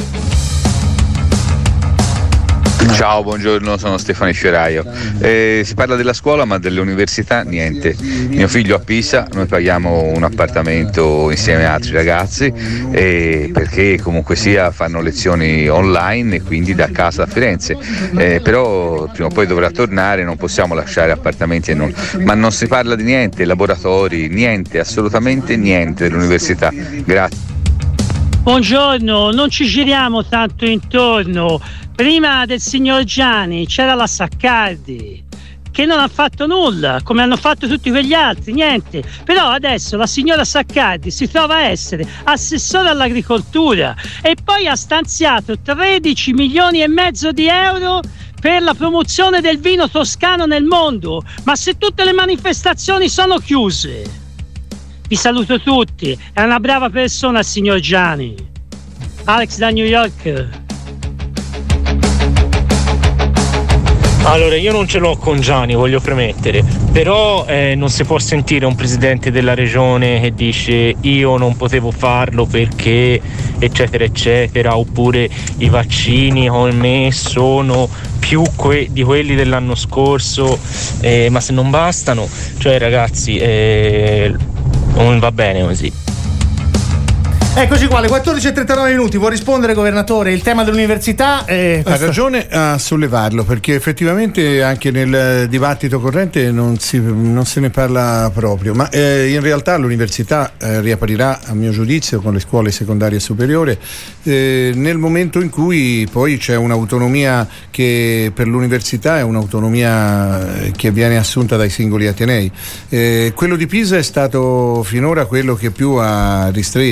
Ciao, buongiorno, sono Stefano Fieraio. Si parla della scuola, ma delle università niente. Mio figlio a Pisa, noi paghiamo un appartamento insieme a altri ragazzi, perché comunque sia fanno lezioni online e quindi da casa a Firenze, però prima o poi dovrà tornare, non possiamo lasciare appartamenti ma non si parla di niente, laboratori, niente, assolutamente niente dell'università. Grazie. Buongiorno, non ci giriamo tanto intorno. Prima del signor Giani c'era la Saccardi, che non ha fatto nulla, come hanno fatto tutti quegli altri, niente. Però adesso la signora Saccardi si trova a essere assessore all'agricoltura e poi ha stanziato 13 milioni e mezzo di euro per la promozione del vino toscano nel mondo. Ma se tutte le manifestazioni sono chiuse? Vi saluto tutti, è una brava persona il signor Giani. Alex da New York. Allora, io non ce l'ho con Giani, voglio premettere, però non si può sentire un presidente della regione che dice io non potevo farlo perché eccetera eccetera, oppure i vaccini con me sono più di quelli dell'anno scorso, ma se non bastano, cioè ragazzi, non va bene così. Eccoci qua, alle 14:39 minuti. Vuoi rispondere, governatore? Il tema dell'università ha ragione a sollevarlo, perché effettivamente anche nel dibattito corrente non se ne parla proprio, ma in realtà l'università riaprirà, a mio giudizio, con le scuole secondarie e superiori nel momento in cui poi c'è un'autonomia che per l'università è un'autonomia che viene assunta dai singoli atenei. Quello di Pisa è stato finora quello che più ha ristretto.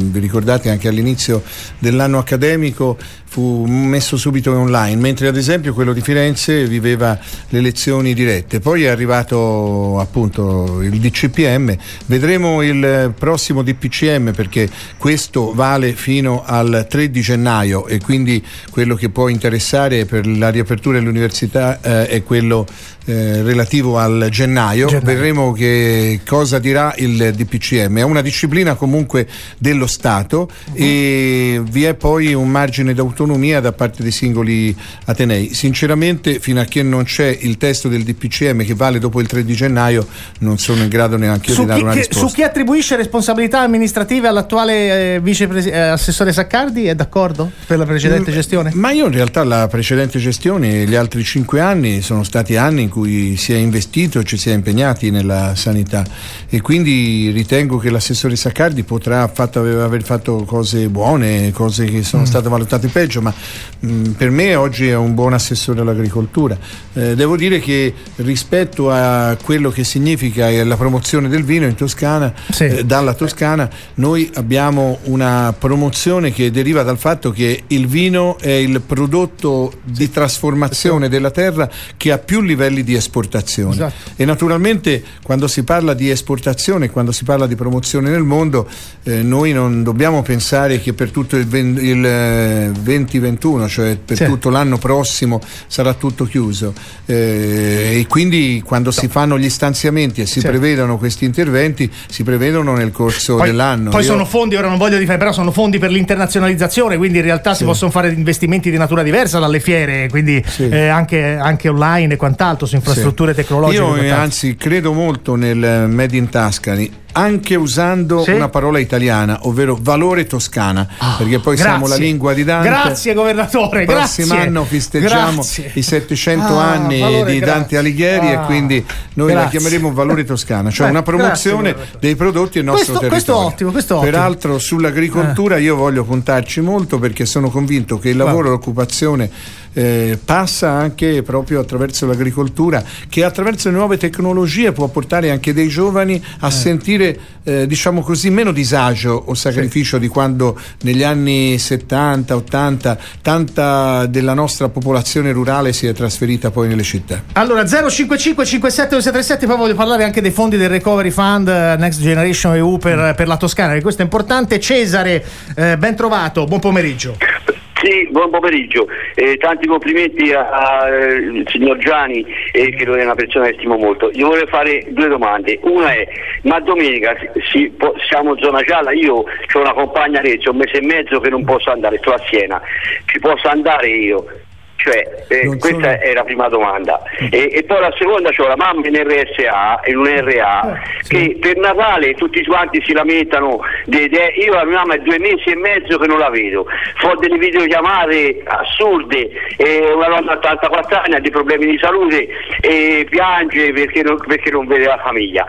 vi ricordate anche all'inizio dell'anno accademico fu messo subito online, mentre ad esempio quello di Firenze viveva le lezioni dirette. Poi è arrivato appunto il DCPM, vedremo il prossimo DPCM, perché questo vale fino al 3 di gennaio e quindi quello che può interessare per la riapertura dell'università è quello relativo al gennaio. Vedremo che cosa dirà il DPCM. È una disciplina comunque dello Stato e vi è poi un margine d'autonomia da parte dei singoli atenei. Sinceramente, fino a che non c'è il testo del DPCM che vale dopo il 3 di gennaio, non sono in grado neanche io di dare una risposta. Su chi attribuisce responsabilità amministrative all'attuale assessore Saccardi, è d'accordo per la precedente gestione? Ma io in realtà la precedente gestione, gli altri 5 anni sono stati anni in cui si è investito e ci si è impegnati nella sanità, e quindi ritengo che l'assessore Saccardi potrà aver fatto cose buone, cose che sono state valutate peggio, ma per me oggi è un buon assessore all'agricoltura. Devo dire che rispetto a quello che significa la promozione del vino in Toscana, dalla Toscana, noi abbiamo una promozione che deriva dal fatto che il vino è il prodotto di trasformazione della terra che ha più livelli di esportazione. Esatto. E naturalmente quando si parla di esportazione, quando si parla di promozione nel mondo, noi non dobbiamo pensare che per tutto il 2021, cioè per tutto l'anno prossimo, sarà tutto chiuso, e quindi quando si fanno gli stanziamenti e si prevedono questi interventi, si prevedono nel corso dell'anno. Poi sono fondi, ora non voglio difendere, però sono fondi per l'internazionalizzazione, quindi in realtà si possono fare investimenti di natura diversa dalle fiere, quindi anche online e quant'altro, su infrastrutture tecnologiche. Io anzi credo molto nel Made in Tuscany, anche usando una parola italiana, ovvero valore toscana, perché poi siamo la lingua di Dante. Grazie governatore, il prossimo anno festeggiamo i 700 anni di Dante Alighieri, e quindi noi la chiameremo valore toscana, cioè una promozione dei prodotti del nostro territorio. Questo Peraltro sull'agricoltura io voglio puntarci molto, perché sono convinto che il lavoro e l'occupazione passa anche proprio attraverso l'agricoltura, che attraverso le nuove tecnologie può portare anche dei giovani a sentire diciamo così meno disagio o sacrificio di quando negli anni 70-80 tanta della nostra popolazione rurale si è trasferita poi nelle città. Allora 055 57 237, poi voglio parlare anche dei fondi del Recovery Fund Next Generation EU per la Toscana, che questo è importante. Cesare, ben trovato, buon pomeriggio. Sì, buon pomeriggio, tanti complimenti al signor Gianni, che lui è una persona che stimo molto. Io vorrei fare due domande. Una è: ma domenica siamo in zona gialla? Io ho una compagna che c'è un mese e mezzo che non posso andare, sto a Siena, ci posso andare io? Cioè, questa è la prima domanda. E poi la seconda, c'ho la mamma in RSA e un RA che per Natale tutti quanti si lamentano. Io la mia mamma è 2 mesi e mezzo che non la vedo, fa delle videochiamate assurde, una donna 84 anni ha dei problemi di salute e piange perché non vede la famiglia.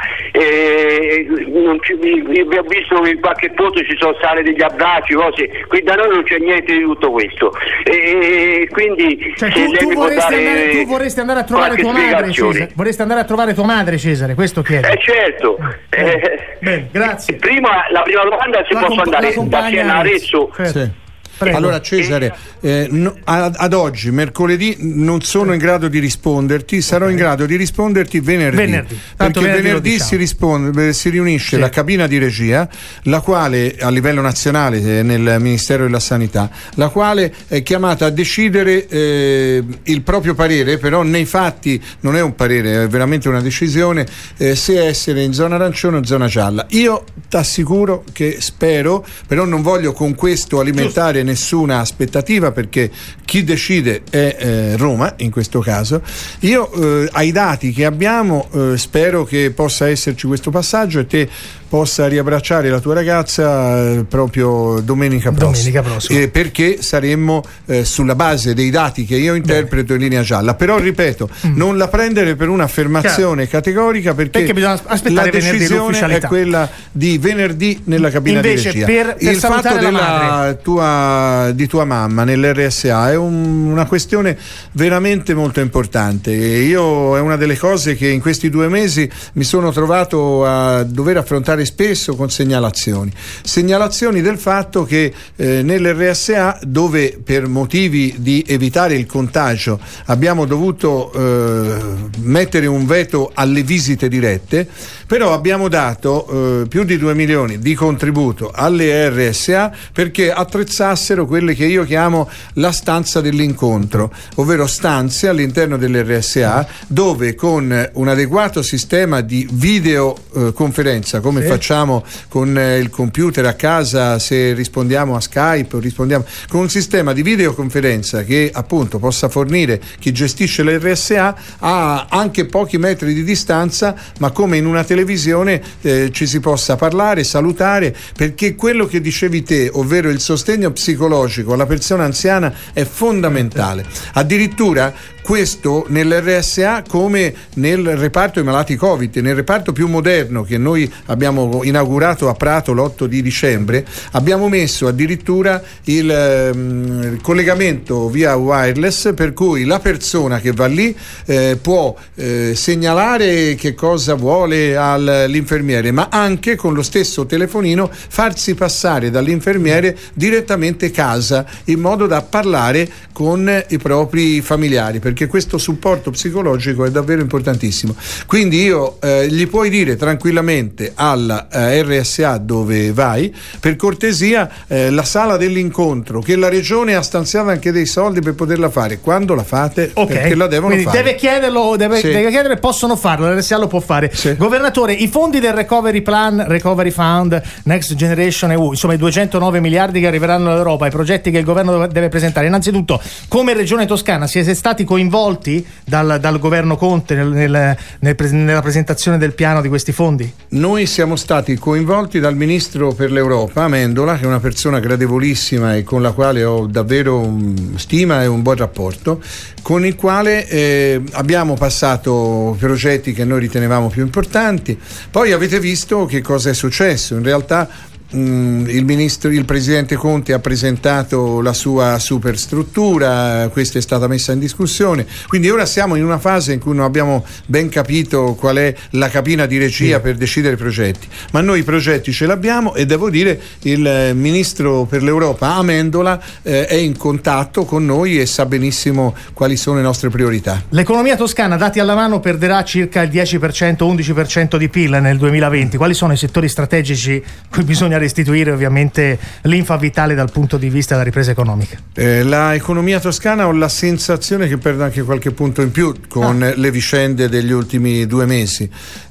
Ho visto che in qualche posto ci sono state degli abbracci, cose, qui da noi non c'è niente di tutto questo, e quindi tu vorresti andare a trovare tua madre, Cesare? Vorresti andare a trovare tua madre, Cesare? Questo chiedo. Certo. Bene, grazie. La prima domanda è se posso andare da Siena a Arezzo. Prego. Allora Cesare, ad oggi, mercoledì, non sono in grado di risponderti, sarò in grado di risponderti venerdì. Perché venerdì si riunisce la cabina di regia, la quale a livello nazionale nel Ministero della Sanità, la quale è chiamata a decidere il proprio parere, però nei fatti non è un parere, è veramente una decisione, se essere in zona arancione o zona gialla. Io ti assicuro che spero, però non voglio con questo alimentare nessuna aspettativa, perché chi decide è Roma in questo caso. Io ai dati che abbiamo spero che possa esserci questo passaggio e te possa riabbracciare la tua ragazza proprio domenica prossima. Perché saremmo sulla base dei dati che io interpreto in linea gialla, però ripeto, non la prendere per un'affermazione categorica, perché bisogna aspettare la decisione è quella di venerdì nella cabina di regia. Per il fatto di tua mamma nell'RSA è una questione veramente molto importante. Io è una delle cose che in questi 2 mesi mi sono trovato a dover affrontare parlare spesso con segnalazioni del fatto che nell'RSA, dove per motivi di evitare il contagio abbiamo dovuto mettere un veto alle visite dirette, però abbiamo dato più di 2 milioni di contributo alle RSA perché attrezzassero quelle che io chiamo la stanza dell'incontro, ovvero stanze all'interno dell'RSA dove con un adeguato sistema di videoconferenza, come facciamo con il computer a casa se rispondiamo a Skype o rispondiamo con un sistema di videoconferenza che appunto possa fornire chi gestisce l'RSA a anche pochi metri di distanza, ma come in una televisione ci si possa parlare, salutare, perché quello che dicevi te, ovvero il sostegno psicologico alla persona anziana, è fondamentale. Addirittura questo nell'RSA come nel reparto dei malati Covid, nel reparto più moderno che noi abbiamo inaugurato a Prato l'8 di dicembre, abbiamo messo addirittura il collegamento via wireless, per cui la persona che va lì può segnalare che cosa vuole all'infermiere, ma anche con lo stesso telefonino farsi passare dall'infermiere direttamente casa, in modo da parlare con i propri familiari, perché questo supporto psicologico è davvero importantissimo. Quindi io gli puoi dire tranquillamente alla RSA dove vai, per cortesia la sala dell'incontro, che la regione ha stanziato anche dei soldi per poterla fare, quando la fate, perché la devono quindi fare. Deve chiederlo, deve chiedere, possono farlo, l'RSA lo può fare. Governatore, i fondi del Recovery Plan, Recovery Fund, Next Generation EU, insomma i 209 miliardi che arriveranno dall'Europa, i progetti che il governo deve presentare, innanzitutto come Regione Toscana siete stati coinvolti dal governo Conte nella presentazione del piano di questi fondi? Noi siamo stati coinvolti dal ministro per l'Europa Amendola, che è una persona gradevolissima e con la quale ho davvero stima e un buon rapporto, con il quale abbiamo passato progetti che noi ritenevamo più importanti. Poi avete visto che cosa è successo. In realtà il presidente Conte ha presentato la sua superstruttura, questa è stata messa in discussione, quindi ora siamo in una fase in cui non abbiamo ben capito qual è la cabina di regia per decidere i progetti, ma noi i progetti ce l'abbiamo e devo dire il ministro per l'Europa Amendola è in contatto con noi e sa benissimo quali sono le nostre priorità. L'economia toscana, dati alla mano, perderà circa il 10%, 11% di PIL nel 2020. Quali sono i settori strategici cui bisogna restituire ovviamente linfa vitale dal punto di vista della ripresa economica? La economia toscana, ho la sensazione che perda anche qualche punto in più con le vicende degli ultimi 2 mesi,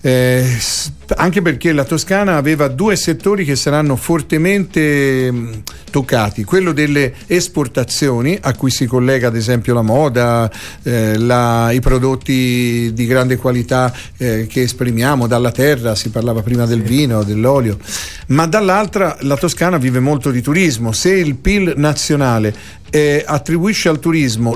anche perché la Toscana aveva 2 settori che saranno fortemente toccati: quello delle esportazioni, a cui si collega ad esempio la moda, i prodotti di grande qualità che esprimiamo dalla terra, si parlava prima del vino, dell'olio, ma dall'altra la Toscana vive molto di turismo. Se il PIL nazionale attribuisce al turismo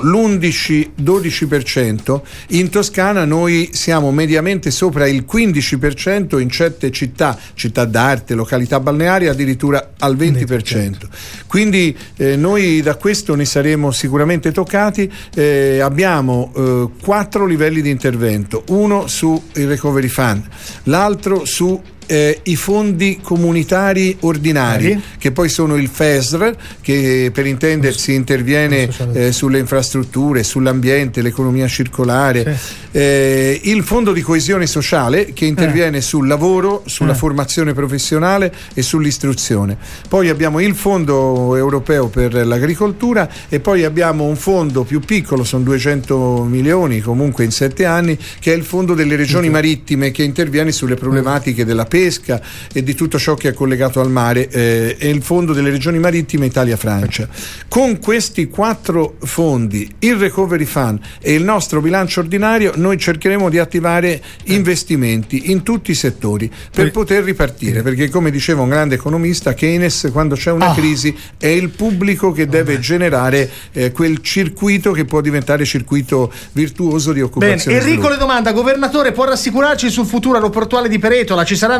l'11-12%, in Toscana noi siamo mediamente sopra il 15%, in certe città d'arte, località balneari addirittura al 20%. Quindi noi da questo ne saremo sicuramente toccati. Abbiamo 4 livelli di intervento, uno sul Recovery Fund, l'altro su i fondi comunitari ordinari, che poi sono il FESR, che per intendersi interviene sulle infrastrutture, sull'ambiente, l'economia circolare, il fondo di coesione sociale, che interviene sul lavoro, sulla formazione professionale e sull'istruzione. Poi abbiamo il fondo europeo per l'agricoltura e poi abbiamo un fondo più piccolo, sono 200 milioni comunque in 7 anni, che è il fondo delle regioni marittime, che interviene sulle problematiche della pesca e di tutto ciò che è collegato al mare, e il fondo delle regioni marittime Italia-Francia. Con questi 4 fondi, il Recovery Fund e il nostro bilancio ordinario, noi cercheremo di attivare investimenti in tutti i settori per poter ripartire, perché come diceva un grande economista, Keynes, quando c'è una crisi è il pubblico che deve generare quel circuito che può diventare circuito virtuoso di occupazione. Bene, Enrico le domanda: governatore, può rassicurarci sul futuro aeroportuale di Peretola? Ci saranno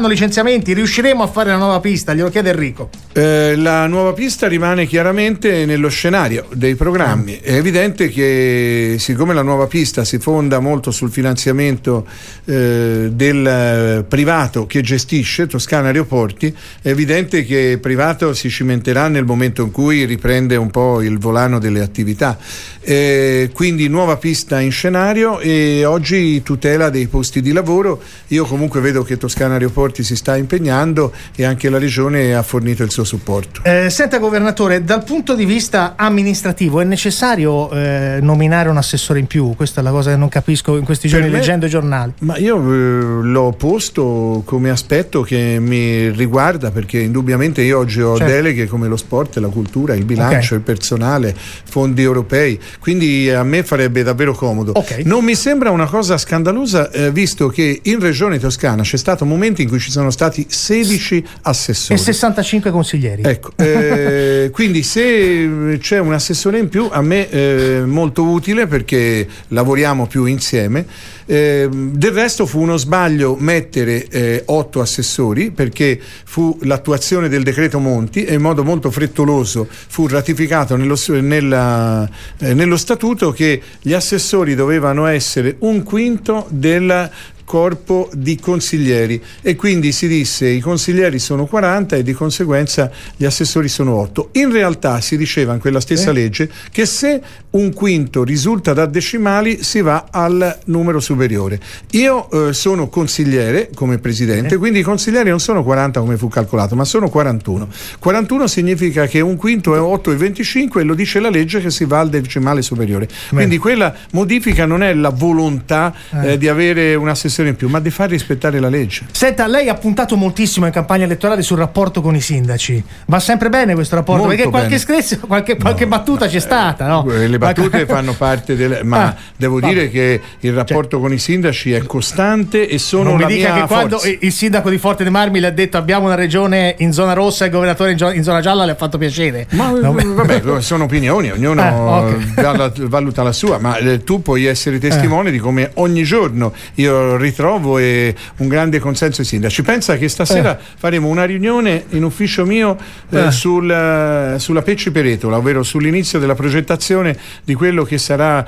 saranno licenziamenti? Riusciremo a fare la nuova pista? Glielo chiede Enrico. La nuova pista rimane chiaramente nello scenario dei programmi. È evidente che siccome la nuova pista si fonda molto sul finanziamento del privato che gestisce Toscana Aeroporti, è evidente che il privato si cimenterà nel momento in cui riprende un po' il volano delle attività. Quindi nuova pista in scenario e oggi tutela dei posti di lavoro. Io comunque vedo che Toscana Aeroporti si sta impegnando e anche la regione ha fornito il suo supporto. Senta governatore, dal punto di vista amministrativo è necessario nominare un assessore in più? Questa è la cosa che non capisco in questi giorni leggendo i giornali. Ma io l'ho posto come aspetto che mi riguarda, perché indubbiamente io oggi ho deleghe come lo sport, la cultura, il bilancio, il personale, fondi europei, quindi a me farebbe davvero comodo. Non mi sembra una cosa scandalosa, visto che in Regione Toscana c'è stato un momento in cui ci sono stati 16 assessori e 65 consiglieri. Ecco, quindi se c'è un assessore in più a me molto utile, perché lavoriamo più insieme. Del resto fu uno sbaglio mettere 8 assessori, perché fu l'attuazione del decreto Monti e in modo molto frettoloso fu ratificato nello statuto che gli assessori dovevano essere 1/5 del corpo di consiglieri, e quindi si disse i consiglieri sono 40 e di conseguenza gli assessori sono 8. In realtà si diceva in quella stessa legge che se 1/5 risulta da decimali si va al numero superiore. Io sono consigliere come presidente, quindi i consiglieri non sono 40 come fu calcolato, ma sono 41. 41 significa che 1/5 è 8,25 e lo dice la legge che si va al decimale superiore. Quindi quella modifica non è la volontà di avere un assessore in più, ma di far rispettare la legge. Senta, lei ha puntato moltissimo in campagna elettorale sul rapporto con i sindaci. Va sempre bene questo rapporto? Molto perché qualche battuta c'è stata, no? Le battute fanno parte ma devo dire che il rapporto con i sindaci è costante e sono non la mi dica mia che quando forza. il sindaco di Forte dei Marmi le ha detto abbiamo una regione in zona rossa e il governatore in zona gialla, le ha fatto piacere. Ma vabbè, sono opinioni, ognuno valuta la sua, ma tu puoi essere testimone di come ogni giorno io ritrovo un grande consenso ai sindaci. Pensa che stasera faremo una riunione in ufficio mio sulla Pecci Peretola, ovvero sull'inizio della progettazione di quello che sarà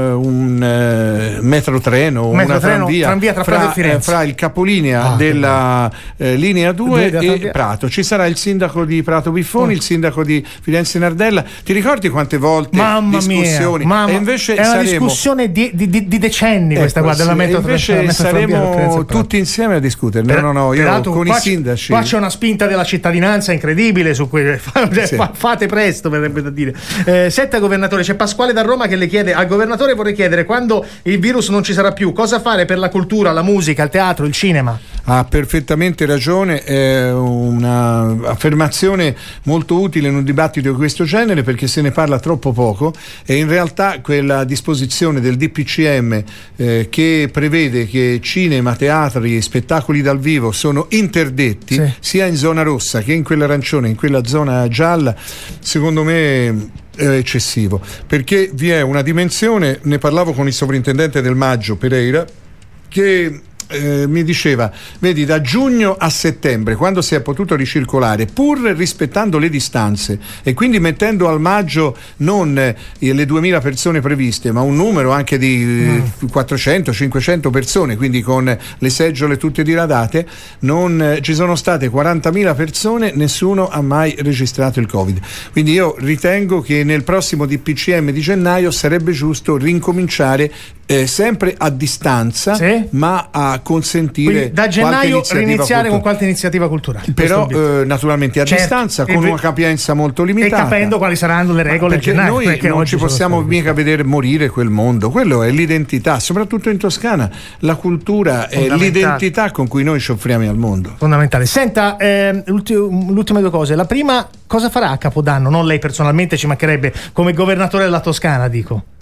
un metrotreno, una tranvia fra il capolinea della linea 2 e Prato. Ci sarà il sindaco di Prato Biffoni, il sindaco di Firenze Nardella. Ti ricordi quante volte discussioni? E invece è una discussione di decenni questa qua della invece saremo tutti insieme a discuterne. Io con i sindaci. Qua c'è una spinta della cittadinanza incredibile su cui fate presto, verrebbe da dire. Senta governatore, c'è Pasquale da Roma che le chiede: al governatore vorrei chiedere, quando il virus non ci sarà più, cosa fare per la cultura, la musica, il teatro, il cinema? Ha perfettamente ragione, è un'affermazione molto utile in un dibattito di questo genere, perché se ne parla troppo poco e in realtà quella disposizione del DPCM che prevede che cinema, teatri e spettacoli dal vivo sono interdetti sia in zona rossa che in quella arancione, in quella zona gialla, secondo me è eccessivo, perché vi è una dimensione. Ne parlavo con il sovrintendente del Maggio Pereira, che mi diceva, vedi, da giugno a settembre, quando si è potuto ricircolare, pur rispettando le distanze e quindi mettendo al Maggio non le 2000 persone previste, ma un numero anche di 400-500 persone, quindi con le seggiole tutte diradate, non ci sono state 40.000 persone, nessuno ha mai registrato il Covid. Quindi io ritengo che nel prossimo DPCM di gennaio sarebbe giusto rincominciare sempre a distanza, ma a consentire. Quindi da gennaio riniziare con qualche iniziativa culturale, però naturalmente a distanza, con una capienza molto limitata, e capendo quali saranno le regole, perché gennaio, noi non ci possiamo mica vedere morire quel mondo. Quello è l'identità, soprattutto in Toscana la cultura è l'identità con cui noi ci offriamo al mondo, fondamentale. Senta, l'ultime due cose. La prima, cosa farà a Capodanno? Non lei personalmente, ci mancherebbe, come governatore della Toscana, dico.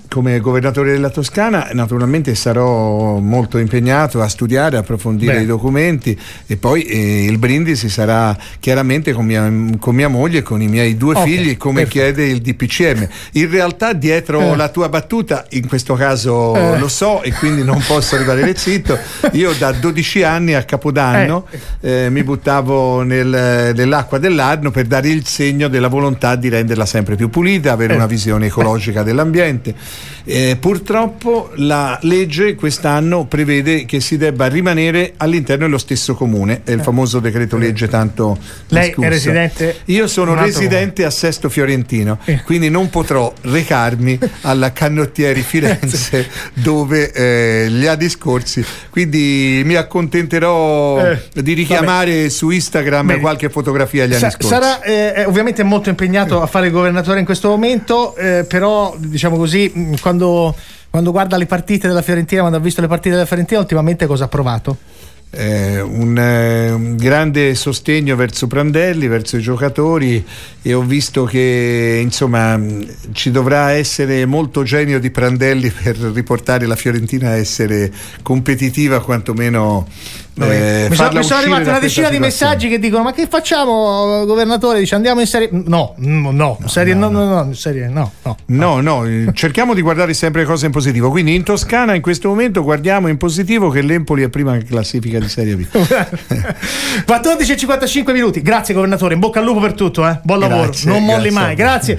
come governatore della Toscana naturalmente sarò molto impegnato a studiare, a approfondire i documenti, e poi il brindisi sarà chiaramente con mia moglie e con i miei 2 figli, come chiede il DPCM. In realtà dietro la tua battuta, in questo caso lo so e quindi non posso rimanere zitto, io da 12 anni a Capodanno mi buttavo nell'acqua dell'Arno per dare il segno della volontà di renderla sempre più pulita, avere una visione ecologica dell'ambiente. Purtroppo la legge quest'anno prevede che si debba rimanere all'interno dello stesso comune, è il famoso decreto legge tanto Lei discusso. è residente? Io sono residente a Sesto Fiorentino, quindi non potrò recarmi alla Canottieri Firenze dove gli anni scorsi, quindi mi accontenterò di richiamare su Instagram qualche fotografia agli anni scorsi. Sarà ovviamente molto impegnato a fare il governatore in questo momento, però diciamo così, quando guarda le partite della Fiorentina, quando ha visto le partite della Fiorentina ultimamente, cosa ha provato? Un grande sostegno verso Prandelli, verso i giocatori, e ho visto che insomma ci dovrà essere molto genio di Prandelli per riportare la Fiorentina a essere competitiva, quantomeno. Mi sono arrivati una decina di messaggi che dicono: ma che facciamo, governatore? Dice andiamo in Serie no, cerchiamo di guardare sempre le cose in positivo, quindi in Toscana in questo momento guardiamo in positivo che l'Empoli è prima in classifica di Serie B. 14:55 minuti. Grazie governatore, in bocca al lupo per tutto, buon lavoro, non molli mai, grazie.